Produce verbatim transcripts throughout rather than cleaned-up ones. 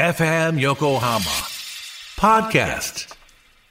エフエム 横浜ポッドキャスト。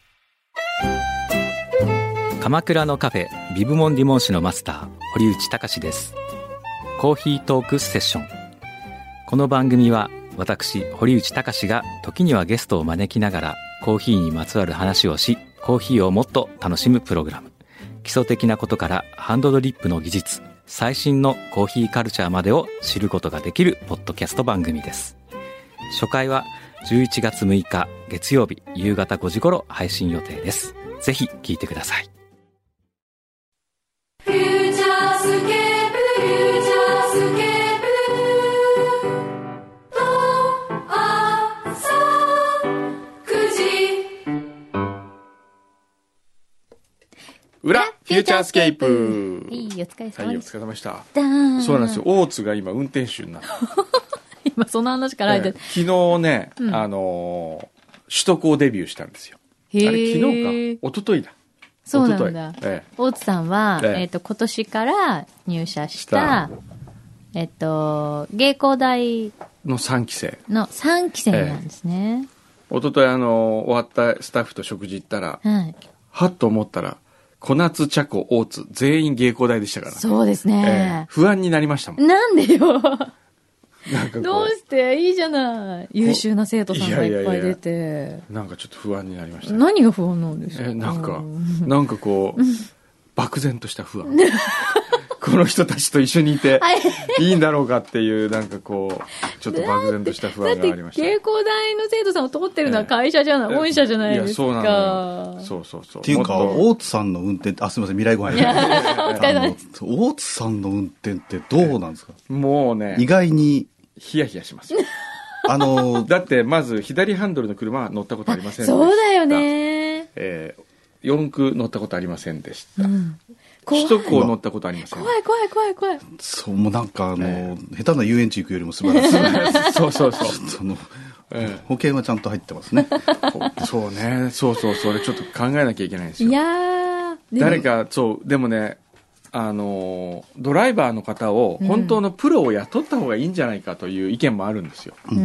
鎌倉のカフェビブモンディモン市のマスター堀内隆です。コーヒートークセッション。この番組は私堀内隆が時にはゲストを招きながらコーヒーにまつわる話をし、コーヒーをもっと楽しむプログラム。基礎的なことからハンドドリップの技術、最新のコーヒーカルチャーまでを知ることができるポッドキャスト番組です。初回はじゅういちがつむいか月曜日夕方ごじ頃配信予定です。ぜひ聞いてください。 フューチャースケープ、フューチャースケープと朝くじ裏フューチャースケープ。 いい、お疲れ様です。 はい、お疲れ様でした。 だーん。 そうなんですよ。大津が今運転手になって今その話から入って、 えー昨日ね、 うん、 あのー、首都高デビューしたんですよ。 へー。 あれ昨日か一昨日だ。 そうなんだ。 ええ、 大津さんは、 えええっと、今年から入社し、 したえっと、芸工大のさんき生のさんき生なんですね。 一昨日あのー、終わったスタッフと食事行ったら、 はい。 はっと思ったら小夏茶子大津全員芸工大でしたから、ね、 そうですええ、 ね、 不安になりましたもん。 なんでよ。 なんかこうどうしていいじゃない。優秀な生徒さんがいっぱい出て。 いやいやいやなんかちょっと不安になりましたね。 何が不安なんですか。 えなんか、 うん、 なんかこう、漠然とした不安。この人たちと一緒にいていいんだろうかっていう、なんかこう、ちょっと漠然とした不安がありました。 だって、芸工大の生徒さんを通ってるのは会社じゃない、御社じゃないですか。 いや、そうなのよ。そうそうそう。 っていうか、大津さんの運転って、あ、すみません、未来ごはんや。 お疲れ様です。 大津さんの運転ってどうなんですか。 もうね、 意外に。 ヒヤヒヤしますよ。 あのー、 だってまず左ハンドルの車は乗ったことありませんでした。 そうだよね。 えー、四駆乗ったことありませんでした。うん、 首都高乗ったことありません。 怖い怖い怖い怖い。 そう、もうなんかあのーえー、下手な遊園地行くよりも素晴らしい。 そうそうそう。 そのえー、保険はちゃんと入ってますね。 そうね、そうそう、それちょっと考えなきゃいけないんですよ。 いやー、 誰か、そう、でもね、あのドライバーの方を本当のプロを雇った方がいいんじゃないかという意見もあるんですよ。 うん、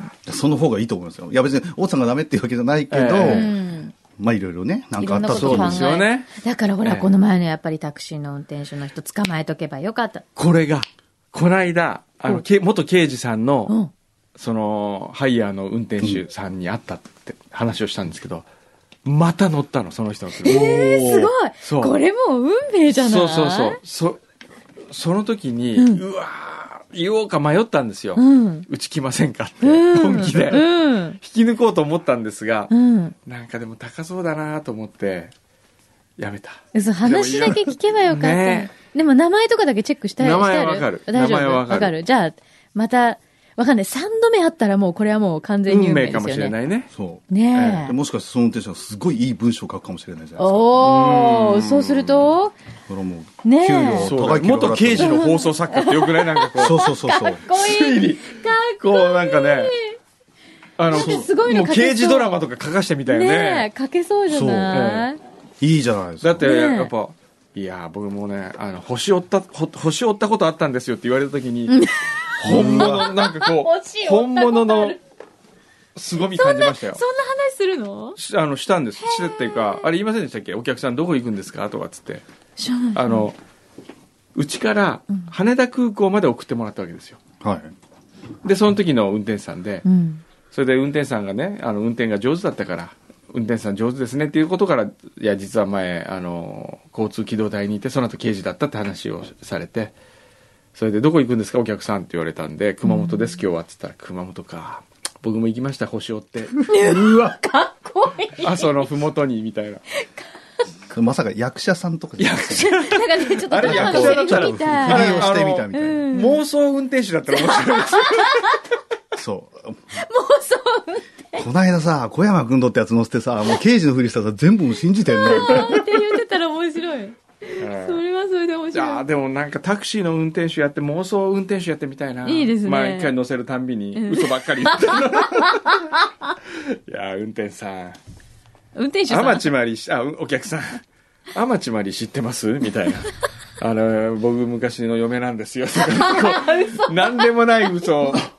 その方がいいと思いますよ。いや別に大津さんがダメっていうわけじゃないけど、えー、まあいろいろね、なんかあったらそうですよね。 だからほら、えー、この前のやっぱりタクシーの運転手の人捕まえとけばよかった。 これがこの間あの、うん、元刑事さんの、 うん、 そのハイヤーの運転手さんに会ったって話をしたんですけど。また乗ったの、その人の車。 えー、すごい。そう。これもう運命じゃない。 そうそうそう。そ、その時に、うん、うわー、言おうか迷ったんですよ。うん、うち来ませんかって、うん、本気で、うん。引き抜こうと思ったんですが、うん、なんかでも高そうだなと思って、やめた。 そう、話だけ聞けばよかった。ね、でも名前とかだけチェックしたい。 名前はわかる。 大丈夫。 名前はわかる。 わかる。じゃあ、また、わかんない。さんどめ会ったらもうこれはもう完全に運命ですよね。 運命かもしれないね。 そう。 ねえ。 もしかしてその運転手はすごいいい文章を書くかもしれないじゃないですか。 おー、そうするとそれもう、 ねえ。 給料高い給料元刑事の放送作家ってよくないなんかこう。 そうそうそうそう。 かっこいい。 推理。 かっこいい。 こうなんかね。あの、 すごいのもう刑事ドラマとか書かしてみたいね。 ねえ、書けそうじゃない、 ええ、いいじゃないですか。 だって、やっぱ、いや、僕もね、あの、星追った、星追ったことあったんですよって言われたときに、本物、なんかこう、本物の凄み感じましたよ。 そんな、そんな話するの？ しあの、したんです。してっていうか、あれ言いませんでしたっけ？お客さんどこ行くんですかとかっつって。あの、うちから羽田空港まで送ってもらったわけですよ。 はい。 で、その時の運転手さんで、 うん、 それで運転手さんがね、あの、運転が上手だったから、運転手さん上手ですねっていうことから、いや、実は前、あの、交通機動隊にいて、その後刑事だったって話をされて、それでどこ行くんですかお客さんって言われたんで、熊本です、うん、今日はっつったら、熊本か。僕も行きました、星追って。 うわ、かっこいい。 阿蘇のふもとに、みたいな。 まさか役者さんとか役者なんかね、ちょっとあれ役者だったら、 振りをしてみたみたいな。 妄想運転手だったら面白いです。 そう。 妄想運転こないださ、小山君とってやつ乗せてさ、もう刑事のふりしたら全部信じてんのって言ってたら面白い。それはそれで面白い。 いやでもなんかタクシーの運転手やって妄想運転手やってみたいな。 いいですね。 毎回乗せるたんびに嘘ばっかり言ってる。いや運転手さん。 運転手さん。 天地まりあお客さん。天地まり知ってますみたいな。あの僕昔の嫁なんですよ。何でもない嘘を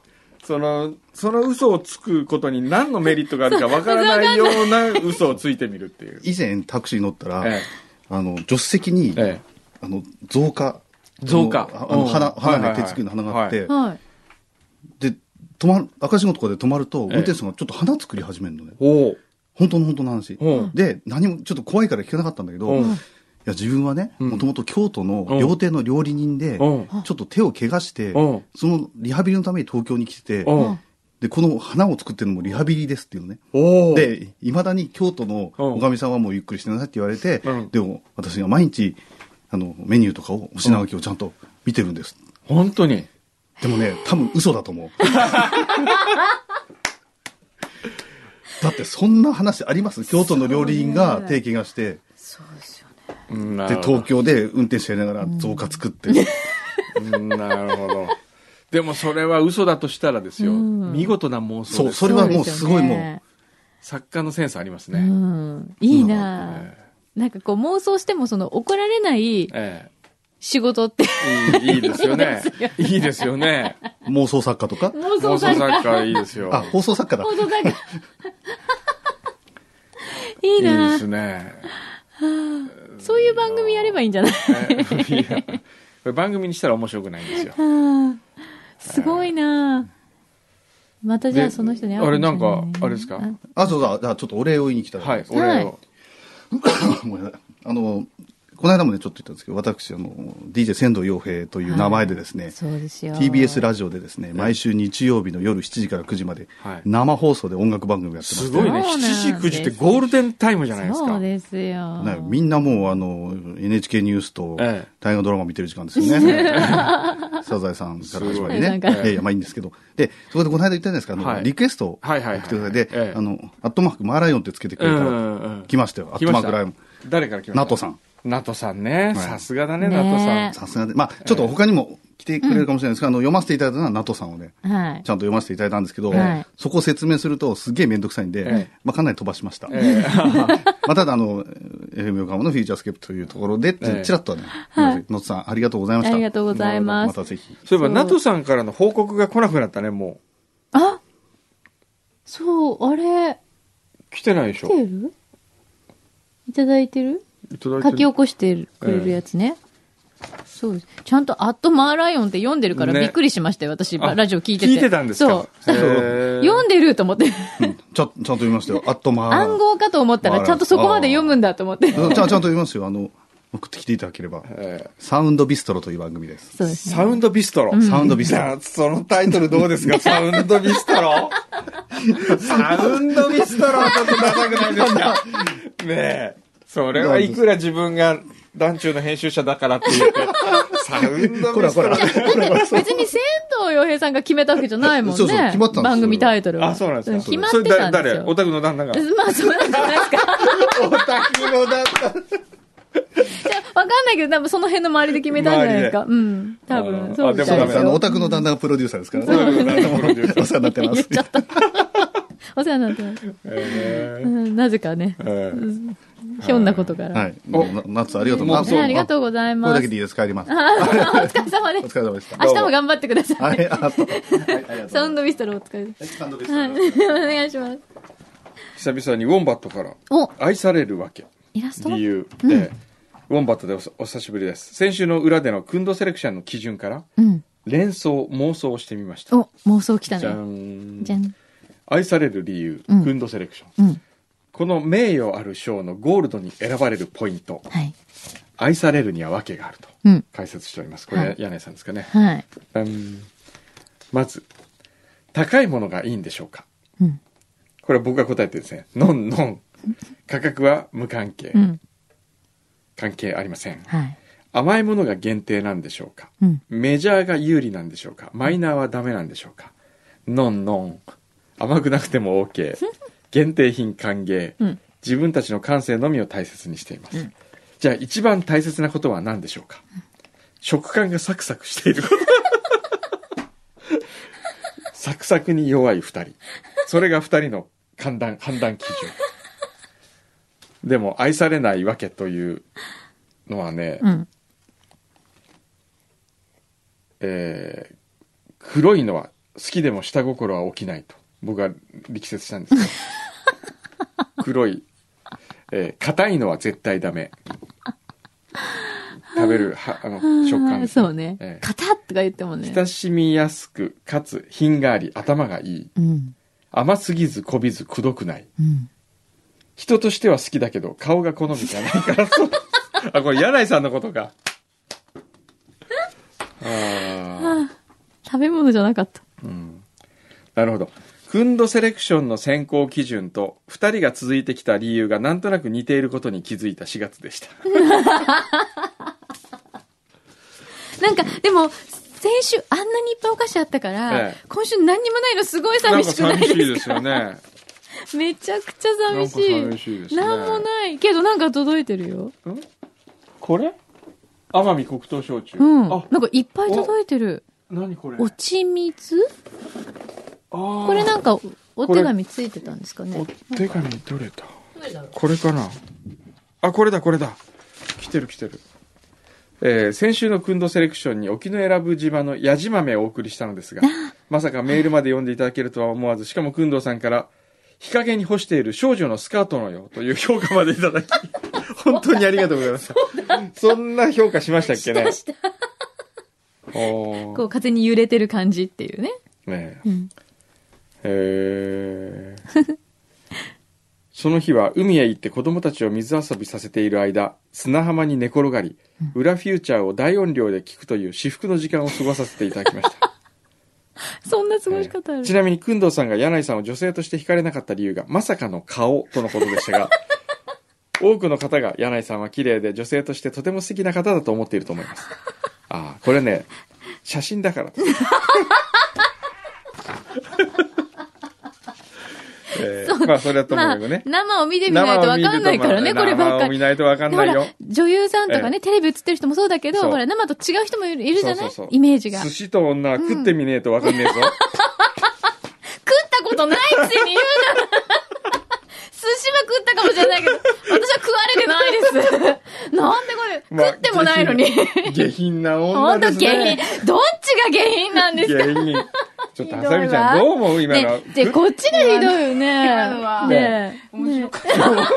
そのその嘘をつくことに何のメリットがあるかわからないような嘘をついてみるっていう。 以前タクシーに乗ったら、 ええ、 あの助手席に、 ええ、 あの造花造花あのあの花花ね、 はいはいはい手作りの花があって、 はい。 で止まる赤信号とかで止まると、 ええ、 運転手さんがちょっと花作り始めるのね。 おう本当の本当の話。 おうで何もちょっと怖いから聞けなかったんだけど、 おういや自分はね、 うんもともと京都の料亭の料理人で、 おうちょっと手を怪我して、 おうそのリハビリのために東京に来てて、 おうでこの花を作ってるのもリハビリですっていうのね。 おうでいまだに京都のおかみさんはもうゆっくりしてなさいって言われて、 うん、 でも私が毎日あのメニューとかをお品書きをちゃんと見てるんです。 本当に。 でもね、多分嘘だと思う。だってそんな話あります？京都の料理人が手怪我して、 そうですよね。 うん、 で東京で運転しやりながら造花作って、 うん、なるほど。でもそれは嘘だとしたらですよ、うん、見事な妄想です。 そう、それはもうすごいもう、ね、 作家のセンスありますね。 うん、いいな、えー、なんかこう妄想してもその怒られない仕事って、 えー、いい、いいですよね。いいですよね。 妄想作家とか妄想作家。 妄想作家いいですよ。 あ、放送作家だ。 放送作家。いいな。 いいですね。 はあ、そういう番組やればいいんじゃない？ いや、これ番組にしたら面白くないんですよ。 はあ、すごいな。またじゃあその人に会うかもしれない、ね、 あれなんかあれですか？ あ、そうだ。じゃあちょっとお礼を言いに来た。 はい、お礼を。 あのこの間もねちょっと言ったんですけど、私あの ディージェー 仙道洋平という名前でですね、はい、 そうですよ。 ティービーエス ラジオでですね、毎週日曜日の夜しちじからくじまで生放送で音楽番組をやってまして、 すごいね。しちじくじってゴールデンタイムじゃないですか。 そうですよ。 ね、みんなもうあの エヌエイチケー ニュースと大河ドラマ見てる時間ですよね。サザエさんから始まりね。いやいやまあいいんですけど、でそこでこの間言ったんですけど、あの、はい、リクエストを送ってください。で、ええ、あのアットマークマーライオンってつけてくれたら来ましたよ。アットマークライオン。 誰から来ました？ ナトさん。 ナトさんね、さすがだね、ナトさん。 さすがで、まあちょっと他にも来てくれるかもしれないですけど、あの読ませていただいたのはナトさんをね、はい、ちゃんと読ませていただいたんですけど、はい、そこを説明するとすげえめんどくさいんで、ええ、まあかなり飛ばしました。ええ、まあただあの エフエム 横浜のフューチャースケープというところで、ええ、ちらっとね、はい、ナトさんありがとうございました。 ありがとうございます。 またぜひ。 そういえばナトさんからの報告が来なくなったね、もう。 あ、そう、あれ。 来てないでしょ。 来てる？いただいてる？書き起こしてくれるやつね、えー、そうです。ちゃんとアットマーライオンって読んでるからびっくりしましたよ、ね、私ラジオ聞いてて。 聞いてたんですか？そう読んでると思って、うん、 ちゃ, ちゃんと読みましたよ。アットマーライオン暗号かと思ったらちゃんとそこまで読むんだと思って。 ちゃんと読みますよ。あの送ってきていただければ、えー、サウンドビストロという番組です。 そうです、ね、 サウンドビストロ、うん、 サウンドビストロ。 そのタイトルどうですか？サウンドビストロサウンドビストロはちょっと長くないですか？ねえ、それはいくら自分が団中の編集者だからって言ってサウンドビストロ別に仙道洋平さんが決めたわけじゃないもんね。 そうそう決まったんですよ。 番組タイトルは。 あ、そうなんですか。 決まってたんですよ。 それ誰？オタクの旦那が。 まあそうなんじゃないですか。 オタクの旦那わかんないけど、多分その辺の周りで決めたんじゃないですか。うん。多分。そうですよ。 あの、オタクの旦那がプロデューサーですからね。お世話になってます。 言っちゃった。お世話になってます。えーうん、なぜかね。えー、ひょんなことから。 はい。夏ありがとうございます。 ありがとうございます。 これだけでいいです。帰ります。お疲れ様です。 お疲れ様でした。 明日も頑張ってください。 はい。 サウンドビストロお疲れ様です。 サウンドビストロ。 お願いします。 久々にウォンバットから愛されるわけ。 イラスト理由。うんえーウォンバットで お, お久しぶりです。先週の裏でのクンドセレクションの基準から、うん、連想妄想をしてみました。 お、妄想きたね。 じゃん。 じゃん。 愛される理由、うん、クンドセレクション、うん、この名誉ある賞のゴールドに選ばれるポイント、はい、愛されるには訳があると、うん、解説しております。これ、はい、柳井さんですかね。 はい。 うん、まず高いものがいいんでしょうか。うん、これは僕が答えてですね。ノンノン。価格は無関係。うん関係ありません、はい、甘いものが限定なんでしょうか、うん、メジャーが有利なんでしょうか、マイナーはダメなんでしょうか。ノンノン。甘くなくても OK 限定品歓迎、うん、自分たちの感性のみを大切にしています、うん、じゃあ一番大切なことは何でしょうか、うん、食感がサクサクしていることサクサクに弱いふたり、それがふたりの判断、判断基準でも愛されないわけというのはね、うんえー、黒いのはきでも下心は起きないと僕は力説したんですけど黒い、えー、硬いのは絶対ダメ。食べるはあの食感です、 ね、そうね、 えー、 硬っとか言ってもね、 親しみやすくかつ品があり頭がいい、 うん、 甘すぎずこびずくどくない、 うん、 人としては好きだけど顔が好みじゃないからそうあ、これ柳井さんのことかあ、 はあ、食べ物じゃなかった、 うん、なるほど。クンドセレクションの選考基準とふたりが続いてきた理由がなんとなく似ていることに気づいたしがつでしたなんかでも先週あんなにいっぱいお菓子あったから、ええ、今週何にもないのすごい寂しくないですか？ なんか寂しいですよねめちゃくちゃ寂しい。 なんか寂しいですね。 なんもないけどなんか届いてるよ。んこれ奄美黒糖焼酎、 うん、あ、なんかいっぱい届いてる。 何これ、 落ち水？あ、これなんかお手紙ついてたんですかね。 お手紙どれだこれかなあ、これだこれだ、来てる来てる。えー、先週のクンドセレクションに沖永良部島のやじ豆をお送りしたのですが、まさかメールまで読んでいただけるとは思わず、しかもくんどうさんから日陰に干している少女のスカートのよという評価までいただき本当にありがとうございました。 そ, そんな評価しましたっけね。 したしたおこう風に揺れてる感じっていうね。 ねえ、うん、へーその日は海へ行って子供たちを水遊びさせている間、砂浜に寝転がり、うん、裏フューチャーを大音量で聞くという至福の時間を過ごさせていただきましたそんな過ごし方ある、えー、 ちなみに工藤さんが柳井さんを女性として惹かれなかった理由がまさかの顔とのことでしたが多くの方が柳井さんは綺麗で女性としてとても素敵な方だと思っていると思います。ああ、これね、写真だからえー、まあそれはともかくね、 まあ、生を見てみないと分かんないからね、こればっかり。 生を見ないと分かんないよ。 女優さんとかね、えー、テレビ映ってる人もそうだけど、ほら生と違う人もいるじゃない。そうそうそう、イメージが。 寿司と女は食ってみねえと分かんねえぞ、うん、食ったことないくせに言うな寿司は食ったかもしれないけど、私は食われてないですなんでこれ、まあ、食ってもないのに下品な女ですね。 本当下品。どっちが下品なんですか。 下品。ちょっとハサミちゃんどう思う今の。 ね、でこっちがひどいよね。今のはねえ、面白かった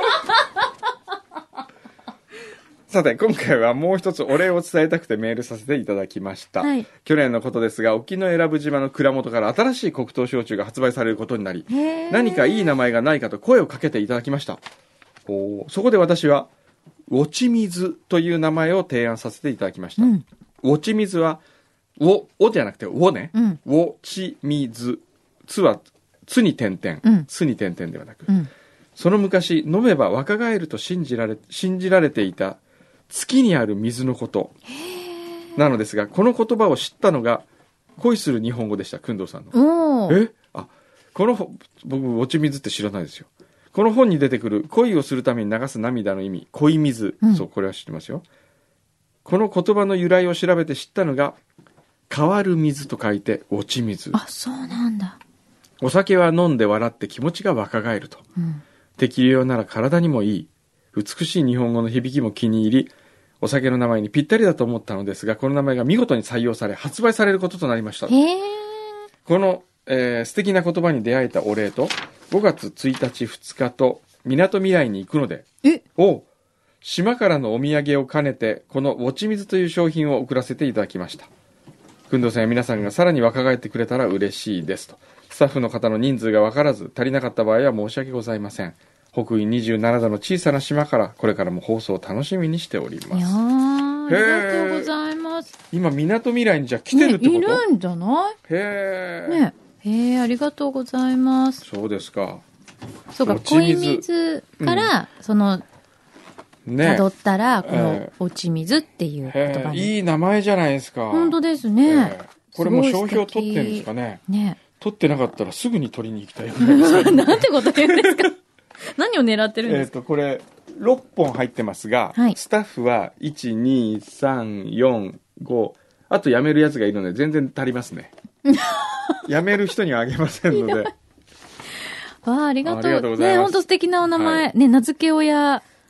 さて今回はもう一つお礼を伝えたくてメールさせていただきました、はい、去年のことですが沖永良部島の蔵元から新しい黒糖焼酎が発売されることになり、何かいい名前がないかと声をかけていただきました。おそこで私はおち水という名前を提案させていただきました、うん、おち水はお、おじゃなくておね、うん、おち水、つはつに点々、うん、つに点々ではなく、うん、その昔飲めば若返ると信じられ信じられていた月にある水のことなのですが、この言葉を知ったのが恋する日本語でした。工藤さんのえあこの僕おち水って知らないですよ。この本に出てくる恋をするために流す涙の意味、恋水、うん、そうこれは知ってますよ。この言葉の由来を調べて知ったのが変わる水と書いておち水。 あ、そうなんだ。 お酒は飲んで笑って気持ちが若返ると、うん、適量なら体にもいい、美しい日本語の響きも気に入り、お酒の名前にぴったりだと思ったのですが、この名前が見事に採用され発売されることとなりました。 へこの、えー、素敵な言葉に出会えたお礼とごがつついたちふつかとみなとみらいに行くので、 えお島からのお土産を兼ねてこのおち水という商品を送らせていただきました。工藤さんや皆さんがさらに若返ってくれたら嬉しいですと。スタッフの方の人数が分からず足りなかった場合は申し訳ございません。北緯にじゅうななどの小さな島からこれからも放送を楽しみにしております。いやー、ありがとうございます。 今みなとみらいにじゃあ来てるってこと、ね、 いるんじゃない。 へー、 ね、へー、ありがとうございます。 そうですか。 そうか、恋水から、うん、そのね、辿ったらこのおち水っていう言葉に、 いい名前じゃないですか。 本当ですね。 これも商標取ってるんですかね。 ね、 取ってなかったらすぐに取りに行きたいぐらいです、 ね、なんてこと言うんですか何を狙ってるんですか。 えーとこれろっぽん入ってますが、はい、スタッフはいちにさんよんご、あと辞めるやつがいるので全然足りますね辞める人にはあげませんのでわあ、ありがとう。ありがとうございます。ね、本当素敵なお名前、はい、ね、名付け親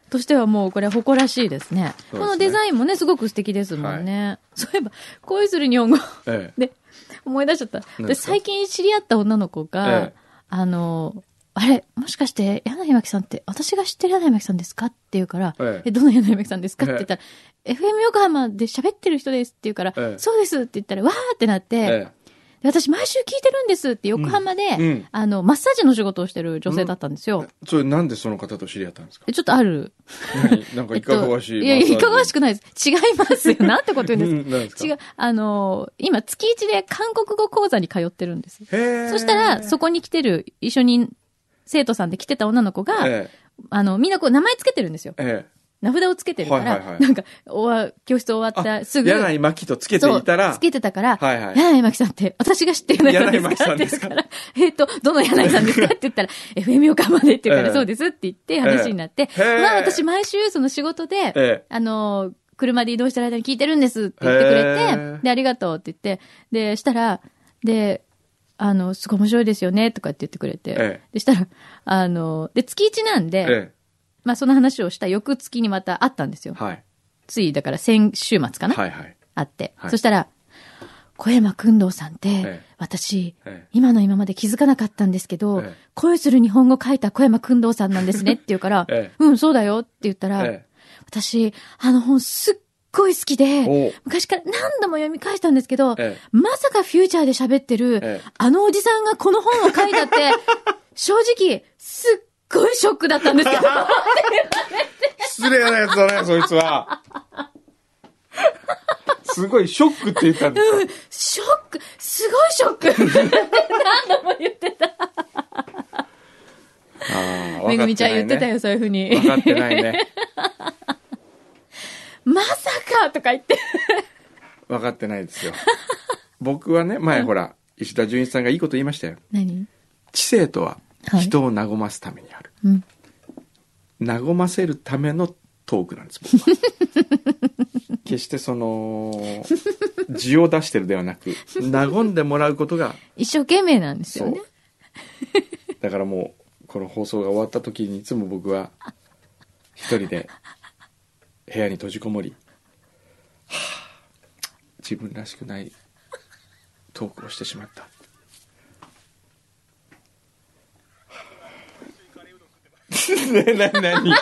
としてはもうこれは誇らしいですね。 そうですねこのデザインもね、すごく素敵ですもんね。はい、そういえば、恋する日本語、ええ、で、思い出しちゃった。で、最近知り合った女の子が、ええ、あの、あれ、もしかして、柳巻さんって、私が知ってる柳巻さんですかって言うから、ええ、えどの柳巻さんですかって言ったら、ええ、エフエム 横浜で喋ってる人ですって言うから、ええ、そうですって言ったら、わーってなって、ええ、で私毎週聞いてるんですって横浜で、うんうん、あの、マッサージの仕事をしてる女性だったんですよ。うん、 それなんでその方と知り合ったんですか？ ちょっとある。 何なんかいかがわしい、えっと。 いや、いかがわしくないです。違いますよ。なんてこと言うんですか。 何ですか？ 違う。あの、今月一で韓国語講座に通ってるんです。へそしたら、そこに来てる、一緒に生徒さんで来てた女の子が、ええ、あの、みんなこう名前つけてるんですよ。ええ、名札をつけてるから、はいはいはい、なんか、おわ、教室終わったすぐ。 柳巻とつけていたら。 つけてたから、はいはい、柳巻さんって、私が知ってる柳巻さんですかって言うから、えっと、どの柳さんですかって言ったら、エフエム 横浜でって言うから、ええ、そうですって言って話になって、ええ、まあ私毎週その仕事で、ええ、あの、車で移動してる間に聞いてるんですって言ってくれて、ええ、で、ありがとうって言って、で、したら、で、あの、すごい面白いですよね、とかって言ってくれて。ええ、でしたら、あの、で、月一なんで、ええ、まあその話をした翌月にまた会ったんですよ。はい。つい、だから先週末かな、はいはい。会って。はい、そしたら、小山君堂さんって、ええ、私、ええ、今の今まで気づかなかったんですけど、ええ、恋する日本語書いた小山君堂さんなんですねって言うから、ええ、うん、そうだよって言ったら、ええ、私、あの本すっすごい好きで、昔から何度も読み返したんですけど、ええ、まさかフューチャーで喋ってる、ええ、あのおじさんがこの本を書いたって、正直、すっごいショックだったんですけど。 失礼なやつだね、そいつは。すごいショックって言ったんですか？うん、 ショック、すごいショック。何度も言ってた。ああ、めぐみちゃん言ってたよ、そういうふうに。 分かってないね。 まさかとか言って。 分かってないですよ。僕はね、前ほら、石田純一さんがいいこと言いましたよ。 何？ 知性とは人を和ますためにある。はい、うん、和ませるためのトークなんです、僕は。決してその、字を出してるではなく、和んでもらうことが。 一生懸命なんですよね。 だからもう、この放送が終わった時にいつも僕は、一人で、部屋に閉じこもり、はあ、自分らしくないトークをしてしまった。ね、な、なに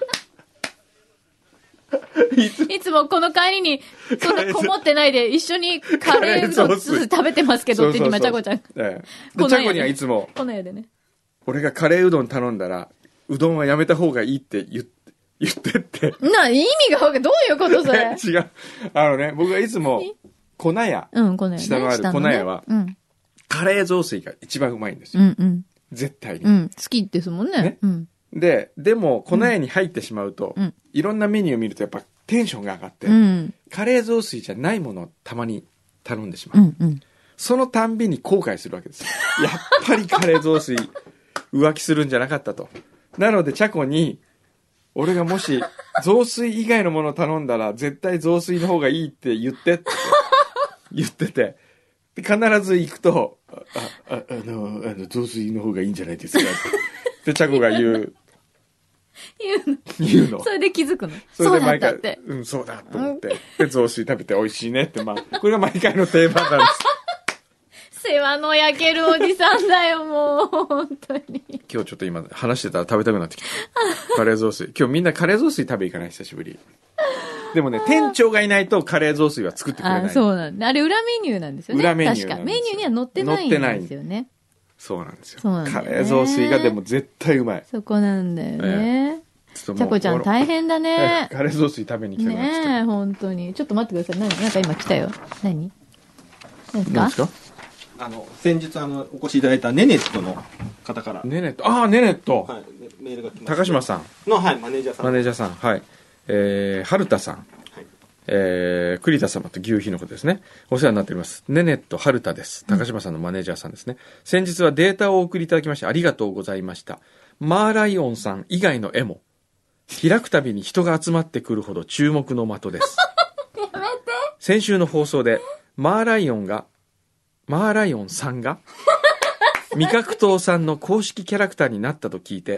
いつもこの帰りにそんなこもってないで一緒にカレーうどん食べてますけどって今ちゃこちゃん、ええ、 でちゃこにはいつもこの絵でね、 俺がカレーうどん頼んだらうどんはやめた方がいいって言って言ってって。 な、意味がわかんない。どういうことそれ。 違う。あのね、僕はいつも、粉屋。 うん、粉屋、ね。 下のある粉屋は、うん、カレー雑炊が一番うまいんですよ。 うんうん、 絶対に、 うん。好きですもんね。ね、 うん、で、でも、粉屋に入ってしまうと、うん、いろんなメニューを見るとやっぱテンションが上がって、うん、カレー雑炊じゃないものをたまに頼んでしまう。うんうん、そのたんびに後悔するわけですよ。やっぱりカレー雑炊、浮気するんじゃなかったと。なので、チャコに、俺がもし雑炊以外のものを頼んだら絶対雑炊の方がいいって言ってって言ってて、で必ず行くと、あ、あ、あの、あの雑炊の方がいいんじゃないですかってチャコが言う。 言うの。 言うの。 それで気づくの。 それで毎回、うん、そうだと思って。で、雑炊食べて美味しいねって、まあ、これが毎回の定番なんです。 世話の焼けるおじさんだよ、もう、本当に。 今日ちょっと今話してたら食べたくなってきた。カレー雑炊。今日みんなカレー雑炊食べ行かない、久しぶり。でもね、店長がいないとカレー雑炊は作ってくれない。 あ、そうなんだ。あれ裏メニューなんですよね。 裏メニュー。 確か。メニューには載ってないんですよね。 そうなんですよ。そうなんですよ。カレー雑炊がでも絶対うまい。 そこなんだよね。ちゃこちゃん大変だね。 カレー雑炊食べに来たねえ、本当に。ちょっと待ってください。何なんか今来たよ。何何ですか？何ですか？ あの先日あのお越しいただいたネネットの方からネネットああネネット、はい、 メールが来ました。 高島さんの、はい、マネージャーさんマネージャーさんはいえー、春田さん、はい、えー、栗田様と牛皮のことですね。お世話になっております。ネネット春田です。高島さんのマネージャーさんですね、うん、先日はデータをお送りいただきましてありがとうございました。マーライオンさん以外の絵も開くたびに人が集まってくるほど注目の的ですやめて。 先週の放送でマーライオンがマーライオンさんが味覚糖さんの公式キャラクターになったと聞いて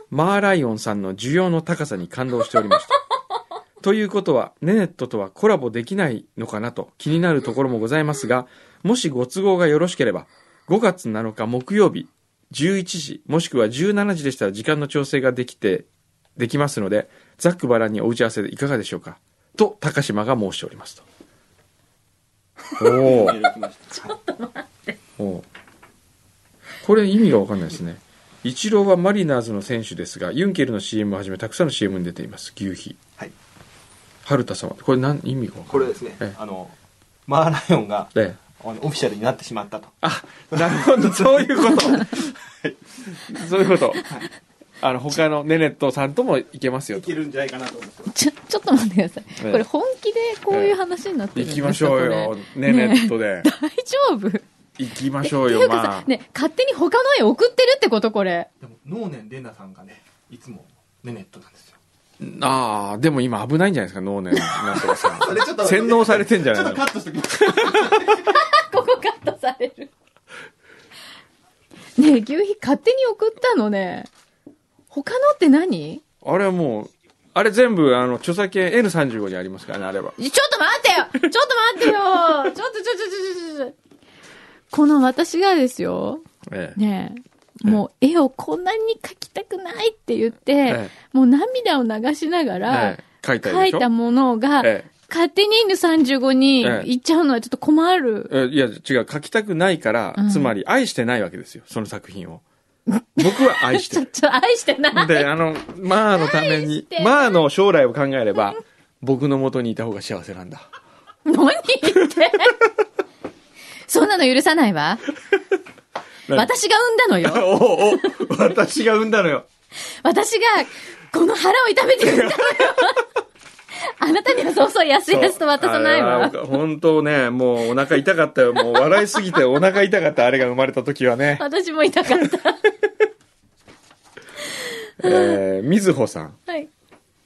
マーライオンさんの需要の高さに感動しておりました。ということは、ネネットとはコラボできないのかなと気になるところもございますが、もしご都合がよろしければ、ごがつなのか木曜日、じゅういちじ、もしくはじゅうしちじでしたら時間の調整ができて、できますので、ざっくばらんにお打ち合わせでいかがでしょうかと、高島が申しておりますと。おー。ちょっと待って。おー。これ意味がわかんないですね。イチローはマリナーズの選手ですが、ユンケルの シーエム をはじめたくさんの シーエム に出ています。牛皮。はい。春田さんは、これ何、意味がわかんない。 これですね、あの、マーライオンが、ええ、オフィシャルになってしまったと。 あ、なるほど、そういうこと。はい、そういうこと。はい、あの、他のネネットさんともいけますよと。 いけるんじゃないかなと思って。 ちょ、ちょっと待ってください。ええ、これ本気でこういう話になってるんですか？ 行きましょうよ、ネネットで。 ね、大丈夫？ 行きましょうよ、まあ。 ね、勝手に他の絵送ってるってことこれ。 でも、能年レナさんがね、いつもネネットなんですよ。 ああ、でも今危ないんじゃないですか、能年なんとかさん。洗脳されてんじゃないの？ ちょっとカットしときます。 ここカットされる。ねえ、牛皮勝手に送ったのね。他のって何？ あれはもう、あれ全部、あの、著作権 エヌさんじゅうご にありますからね、あれは。 ちょっと待ってよちょっと待ってよちょっとちょっとちょっとちょっと。この私がですよ。ええ。ねえ。もう絵をこんなに描きたくないって言って、ええ、もう涙を流しながら、ええ、描いた描いたものが、ええ、勝手に エヌさんじゅうご に行っちゃうのはちょっと困る。 ええ、いや、違う、描きたくないから、うん、つまり愛してないわけですよ、その作品を。僕は愛してる。 ちょ、ちょ、愛してない。 で、あの、マーのために、マーの将来を考えれば、僕の元にいた方が幸せなんだ。 何言ってそんなの許さないわ。私が産んだのよ。 おお、私が産んだのよ。 私が、この腹を痛めて産んだのよ。あなたにはそうそうやすやすと渡さないわ。 本当ね、もうお腹痛かったよ。もう笑いすぎてお腹痛かった、あれが生まれた時はね。 私も痛かった。 えー、みずほさん。 はい。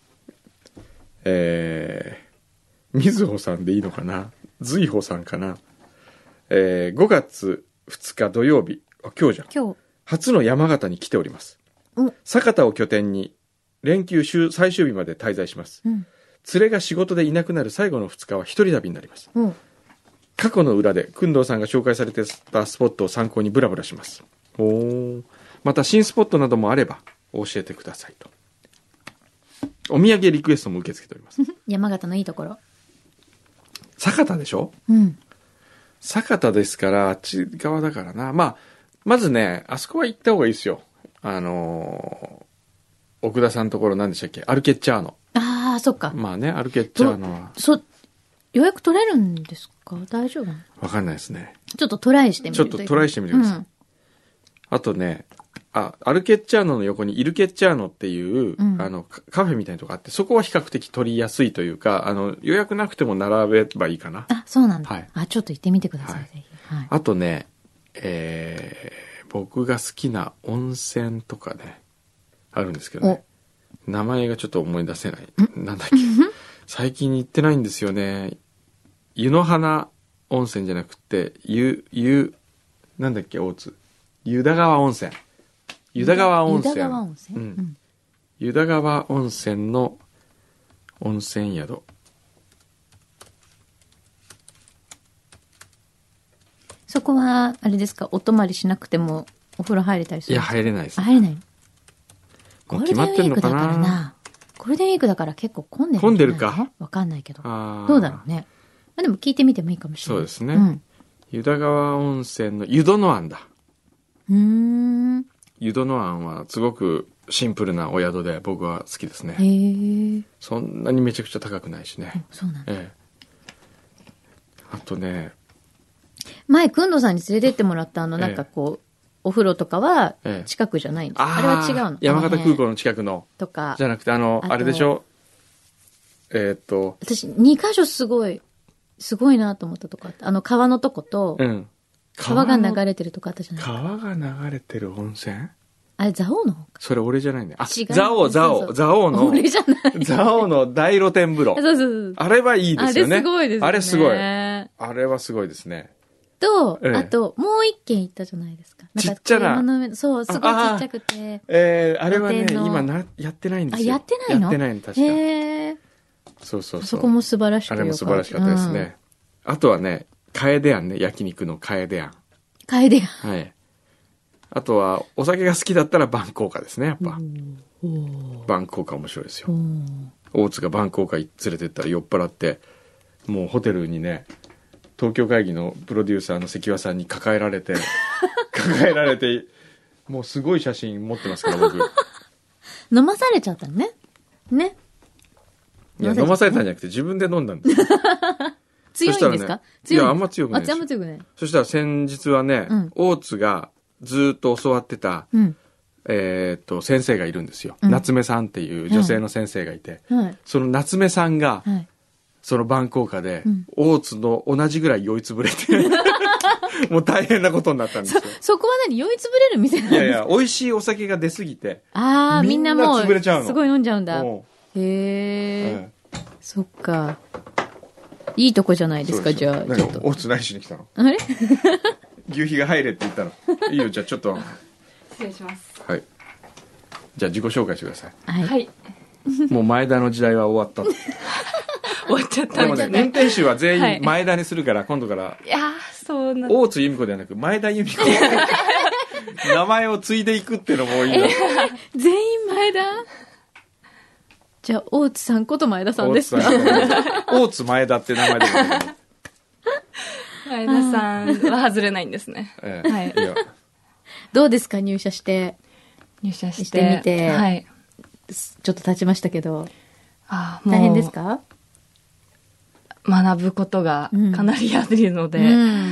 えー、みずほさんでいいのかな？ずいほさんかな？えー、ごがつふつか土曜日。あ、今日じゃん。 今日。 初の山形に来ております。うん。酒田を拠点に、連休週最終日まで滞在します。うん。連れが仕事でいなくなる最後のふつかは一人旅になります。うん。過去の裏で、工藤さんが紹介されてたスポットを参考にブラブラします。おー。また新スポットなどもあれば、教えてくださいと。お土産リクエストも受け付けております。 山形のいいところ。 酒田でしょ？うん。酒田ですから、あっち側だからな。まあ、まずね、あそこは行った方がいいですよ。あのー、奥田さんのところ何でしたっけ？アルケッチャーノ。 ああ、そっか。 まあね、アルケッチャーノは。 そ、予約取れるんですか？大丈夫？ わかんないですね。 ちょっとトライしてみて。 ちょっとトライしてみてください。うん、あとね、あ、アルケッチャーノの横にイルケッチャーノっていう、うん、あの、カフェみたいなとこあって、そこは比較的取りやすいというか、あの、予約なくても並べばいいかな。 あ、そうなんだ。はい。あ、ちょっと行ってみてください。はい、ぜひ。はい。 あとね、えー、僕が好きな温泉とかね、あるんですけどね。名前がちょっと思い出せない。なんだっけ。最近行ってないんですよね。湯の花温泉じゃなくて、湯、湯、なんだっけ、大津。湯田川温泉。湯田川温泉。湯田川温泉、うん、湯田川温泉の温泉宿。 そこは、あれですか、お泊まりしなくてもお風呂入れたりするんですか？ いや、入れないです、 ね。入れない。 もう決まってんのかな。 ゴールデンウィークだからな。ゴールデンウィークだから結構混んでる、ね。 混んでるか。 わかんないけど。どうだろうね。まあ、でも聞いてみてもいいかもしれない。 そうですね。うん、湯田川温泉の湯殿庵だ。 うーん。 湯殿庵はすごくシンプルなお宿で僕は好きですね。 へー。 そんなにめちゃくちゃ高くないしね。 そうなんだ。ええ。 あとね。 前、くんどさんに連れてってもらったあの、なんかこう、ええ、お風呂とかは近くじゃないんですか？ええ、あ, あれは違うの？ 山形空港の近くの。 とか。 じゃなくて、あの、あ, あれでしょ？えー、っと。 私、にかしょすごい、すごいなと思ったとこあった。あの、川のとこと、うん。川が流れてるとこあったじゃないですか。 川が流れてる温泉？ あれ、蔵王の方か。 それ俺じゃないね。あ、 違う。 蔵王、蔵王、蔵王の。 俺じゃない。 蔵王の大露天風呂。 そうそうそう。 あれはいいですよね。 あれすごいですね。 あれすごい。あれはすごいですね。 と、 ええあと、もう一軒行ったじゃないですか。なんかちっちゃな山の上そう、すごいちっちゃくて。 えー、あれはね、 露天の今な、やってないんですよ。 あ、やってないのやってないの、確か。 へえ。 そうそうそう。 そこも素晴らしくてあれも素晴らしかったですね。うん、あとはね、カエデ庵ね、焼肉のカエデ庵。 カエデ庵。 はい。あとは、お酒が好きだったらバンコーカですね、やっぱ。バンコーカ面白いですよ。大津がバンコーカ連れてったら酔っ払って、もうホテルにね、東京会議のプロデューサーの関和さんに抱えられて、抱えられて、もうすごい写真持ってますから、僕。 飲まされちゃったのね。ね。 いや、飲まされたんじゃなくて自分で飲んだんですよ。 強いんですか、 ね、 強いいや、あんま強くないです。 あんま強くない。 そしたら先日はね、うん、大津がずっと教わってた、うん、えっと、先生がいるんですよ。うん、夏目さんっていう女性の先生がいて、はい、その夏目さんが、はい、その晩校歌で、うん、大津の同じぐらい酔いつぶれて、もう大変なことになったんですよ。 そ、そこは何酔いつぶれる店なんですか？ いやいや、美味しいお酒が出すぎて、 ああ、みんなもう、 潰れちゃうの。 すごい飲んじゃうんだ。へえ、そっか。いいとこじゃないですか、じゃあ。 ちょっと。大津何しに来たの？あれ牛皮が入れって言ったの。いいよ、じゃあちょっと。 失礼します。 はい。じゃあ自己紹介してください。 はい。 もう前田の時代は終わった。 終わっちゃった。 でもね、運転手は全員前田にするから、今度から。 いやそうな大津由美子ではなく、前田由美子。名前を継いでいくっていうのもいいな。 全員前田？じゃあ、大津さんこと前田さんですか？ 大津前田って名前でもいい。 前田さんは外れないんですね。 ええ、はい。 どうですか、入社して。 入社して。 してみて。 はい。 ちょっと経ちましたけど。 ああ、 大変ですか？ 学ぶことがかなりあるので、うん、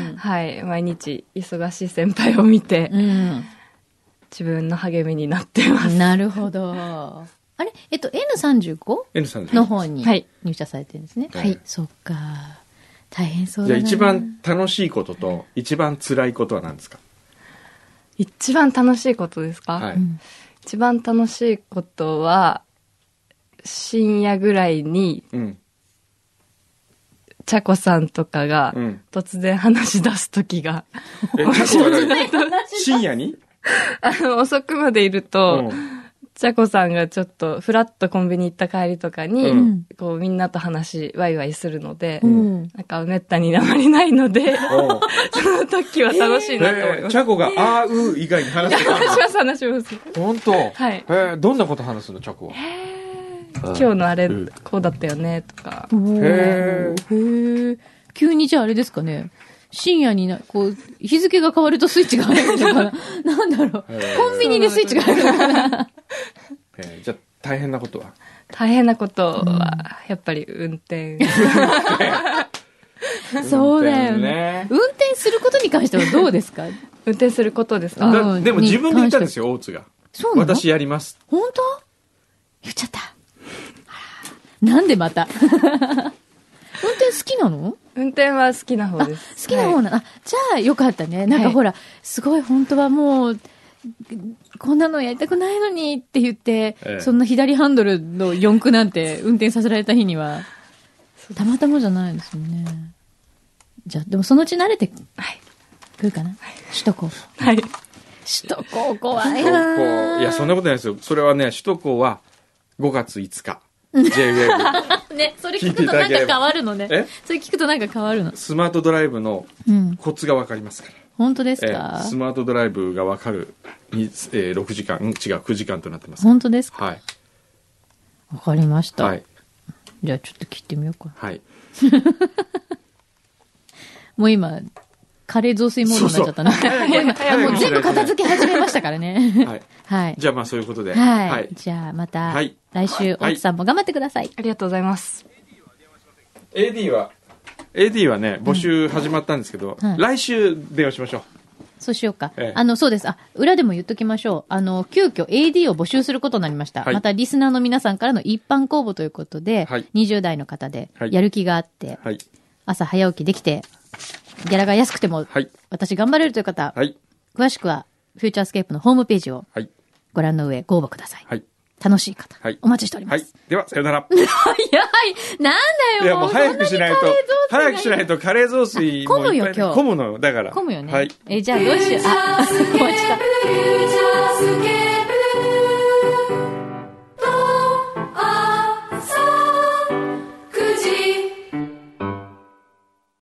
はい。毎日忙しい先輩を見て、うん、自分の励みになってます。 なるほど。あれえっと、エヌさんじゅうご? エヌさんじゅうごの方に入社されてるんですね。はい。そっか。大変そうだな。 じゃあ一番楽しいことと一番辛いことは何ですか？ 一番楽しいことですか？ はい。 一番楽しいことは、深夜ぐらいに、うん、ちゃこさんとかが突然話し出すときが、 うん、え、ちゃこが深夜にあの、遅くまでいると、うんちゃこさんがちょっとフラッとコンビニ行った帰りとかに、うん、こうみんなと話ワイワイするので、うん、なんかめったにあまりないので、その時は楽しいなと思います。 ちゃこがあーうー以外に話してる話します話します。 本当？ はい。 えー、どんなこと話すのちゃこは？ 今日のあれ、うん、こうだったよねとか。 へー。急にじゃああれですかね。深夜にな、こう、日付が変わるとスイッチが入るのかななんだろう。コンビニでスイッチが入るのかなえー、じゃあ、大変なことは大変なことは、やっぱり運転。 そうだよね。運転することに関してはどうですか？ 運転することですか？ でも自分で言ったんですよ、大津が。 そうなの？ 私やります。 本当？言っちゃった。なんでまた運転好きなの？ 運転は好きな方です。 好きな方なの、はい、あ、じゃあよかったね。なんかほら、はい、すごい本当はもう、こんなのやりたくないのにって言って、ええ、そんな左ハンドルの四駆なんて運転させられた日には、たまたまじゃないですよね。じゃあ、でもそのうち慣れてくるかな、はい、首都高。 はい。 首都高怖いな。 いや、そんなことないですよ。それはね、首都高はごがついつか。ジェイウェーブ ね、 それ聞くとなんか変わるのね。えそれ聞くとなんか変わるの。 スマートドライブのコツがわかりますから。うん、 本当ですか？ スマートドライブがわかる、えー、ろくじかん、違う、くじかんとなってます。 本当ですか？ はい。 わかりました。 はい。 じゃあちょっと聞いてみようか。 はい。 もう今、カレー雑炊モードになっちゃったな。そうそうもう全部片付け始めましたからね。 はい。 はい。 じゃあまあそういうことで。 はい。はい、じゃあまた、来週、大津さんも頑張ってください。 ありがとうございます。 エーディー は、エーディー はね、募集始まったんですけど、うんはい、来週電話しましょう。 そうしようか。ええ、あの、そうです。あ、裏でも言っときましょう。あの、急遽 エーディー を募集することになりました。はい、また、リスナーの皆さんからの一般公募ということで、はい、にじゅう代の方で、やる気があって、はい、朝早起きできて、ギャラが安くても、はい、私頑張れるという方、はい、詳しくは、フューチャースケープのホームページを、ご覧の上、ご応募ください。 はい。 楽しい方、 はい、 お待ちしております。 はい。では、さよなら。 早い。なんだよ、 いや、もう早くしないと、早くしないとカレー雑炊も。混むよ、今日。 混むのよ、だから。 混むよね。 はい。 え、じゃあどうしよう。あ、あ、終わっちゃった。